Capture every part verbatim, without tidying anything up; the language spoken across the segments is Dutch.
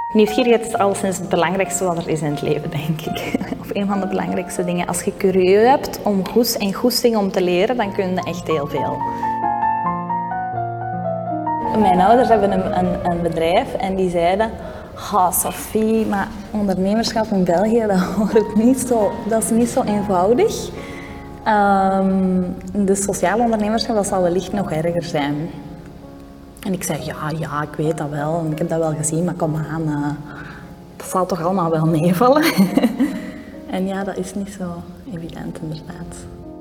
Nieuwsgierigheid is alleszins het belangrijkste wat er is in het leven, denk ik. Of een van de belangrijkste dingen. Als je curieus hebt om goes en goesting om te leren, dan kun je echt heel veel. Mijn ouders hebben een, een, een bedrijf en die zeiden: "Ha, Sophie, maar ondernemerschap in België, dat, hoort niet zo, dat is niet zo eenvoudig. Um, de sociaal ondernemerschap, dat zal wellicht nog erger zijn." En ik zei: ja, ja, ik weet dat wel, ik heb dat wel gezien, maar kom aan, uh, dat zal toch allemaal wel meevallen. En ja, dat is niet zo evident inderdaad.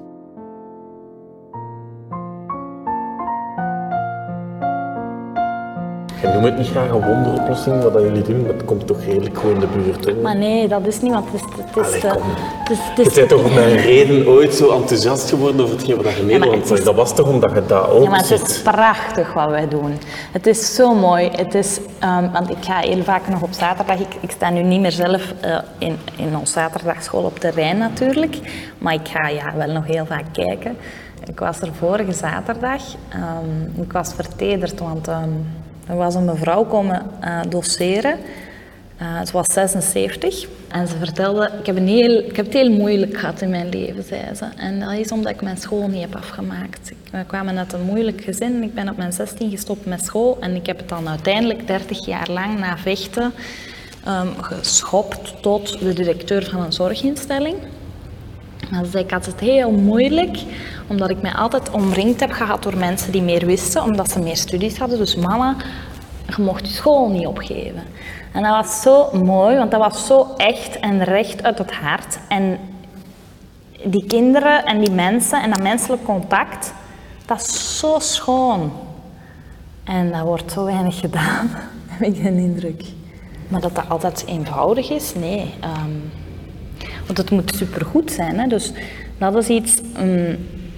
Je noemt het niet graag een wonderoplossing wat jullie doen, maar het komt toch redelijk goed in de buurt. Hè? Maar nee, dat is niet, want het is... Het is, Allee, de, het is, het is je bent toch om een reden ooit zo enthousiast geworden over hetgeen wat je Nederland zag. Dat was toch omdat je dat ook Ja, maar het ziet? is prachtig wat wij doen. Het is zo mooi. Het is, um, want ik ga heel vaak nog op zaterdag, ik, ik sta nu niet meer zelf uh, in, in onze zaterdagschool op de Rijn natuurlijk, maar ik ga ja, wel nog heel vaak kijken. Ik was er vorige zaterdag, um, ik was vertederd, want um, er was een mevrouw komen uh, doseren. Uh, ze was zesenzeventig en ze vertelde: ik heb, een heel, ik heb het heel moeilijk gehad in mijn leven, zei ze. En dat is omdat ik mijn school niet heb afgemaakt. We kwamen uit een moeilijk gezin. Ik ben op mijn zestien gestopt met school en ik heb het dan uiteindelijk dertig jaar lang na vechten um, geschopt tot de directeur van een zorginstelling. Maar ze zei: ik had het heel moeilijk, omdat ik mij altijd omringd heb gehad door mensen die meer wisten, omdat ze meer studies hadden. Dus mama, je mocht je school niet opgeven. En dat was zo mooi, want dat was zo echt en recht uit het hart. En die kinderen en die mensen en dat menselijk contact, dat is zo schoon. En dat wordt zo weinig gedaan, heb ik de indruk. Maar dat dat altijd eenvoudig is, nee. Um, want het moet supergoed zijn, hè? Dus dat is iets... Um,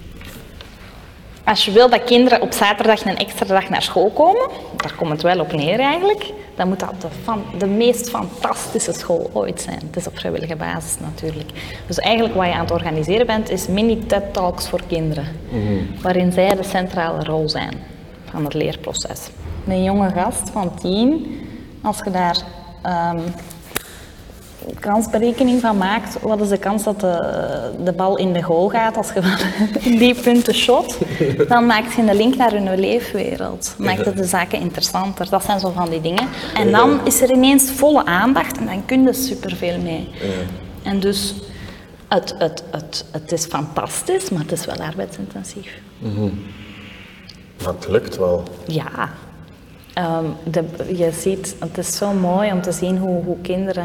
als je wil dat kinderen op zaterdag een extra dag naar school komen, daar komt het wel op neer eigenlijk, dan moet dat de, van, de meest fantastische school ooit zijn. Het is op vrijwillige basis natuurlijk. Dus eigenlijk wat je aan het organiseren bent, is mini-TED-talks voor kinderen. Mm-hmm. Waarin zij de centrale rol zijn van het leerproces. Een jonge gast van tien, als je daar um, kansberekening van maakt, wat is de kans dat de, de bal in de goal gaat als je van die punten shot, dan maakt je een link naar hun leefwereld. Maakt het de zaken interessanter. Dat zijn zo van die dingen. En dan is er ineens volle aandacht en dan kun je superveel mee. En dus, het, het, het, het is fantastisch, maar het is wel arbeidsintensief. Mm-hmm. Maar het lukt wel. Ja. Um, de, je ziet, het is zo mooi om te zien hoe, hoe kinderen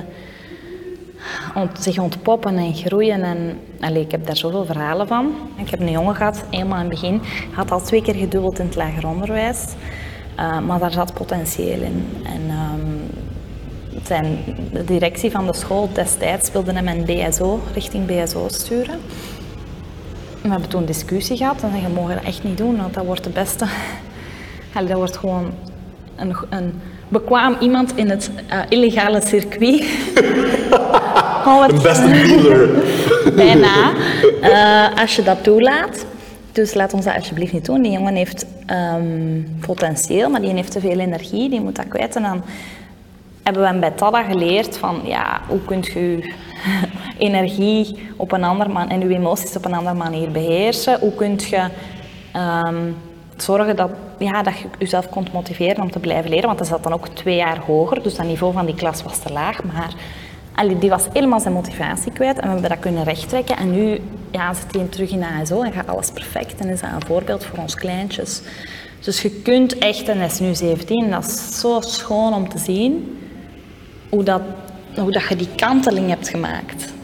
ont, zich ontpoppen en groeien. En, allez, ik heb daar zoveel verhalen van. Ik heb een jongen gehad, eenmaal in het begin, had al twee keer gedubbeld in het lager onderwijs. Uh, maar daar zat potentieel in. En, um, zijn, de directie van de school destijds wilde hem een B S O, richting B S O sturen. We hebben toen een discussie gehad en zeiden: je mag dat echt niet doen, want dat wordt de beste. Allee, dat wordt gewoon een, een bekwaam iemand in het uh, illegale circuit. Een beste dealer. Bijna, uh, als je dat toelaat. Dus laat ons dat alsjeblieft niet doen. Die jongen heeft um, potentieel, maar die heeft te veel energie, die moet dat kwijt. En dan hebben we hem bij Tada geleerd van, ja, hoe kunt je je energie op een andere man en je emoties op een andere manier beheersen? Hoe kunt je um, zorgen dat, ja, dat je jezelf kunt motiveren om te blijven leren? Want dat zat dan ook twee jaar hoger, dus dat niveau van die klas was te laag. Maar allee, die was helemaal zijn motivatie kwijt en we hebben dat kunnen rechttrekken. En nu ja, zit hij terug in A S O en gaat alles perfect en is dat een voorbeeld voor ons kleintjes. Dus je kunt echt, en hij is nu zeventien, en dat is zo schoon om te zien hoe, dat, hoe dat je die kanteling hebt gemaakt.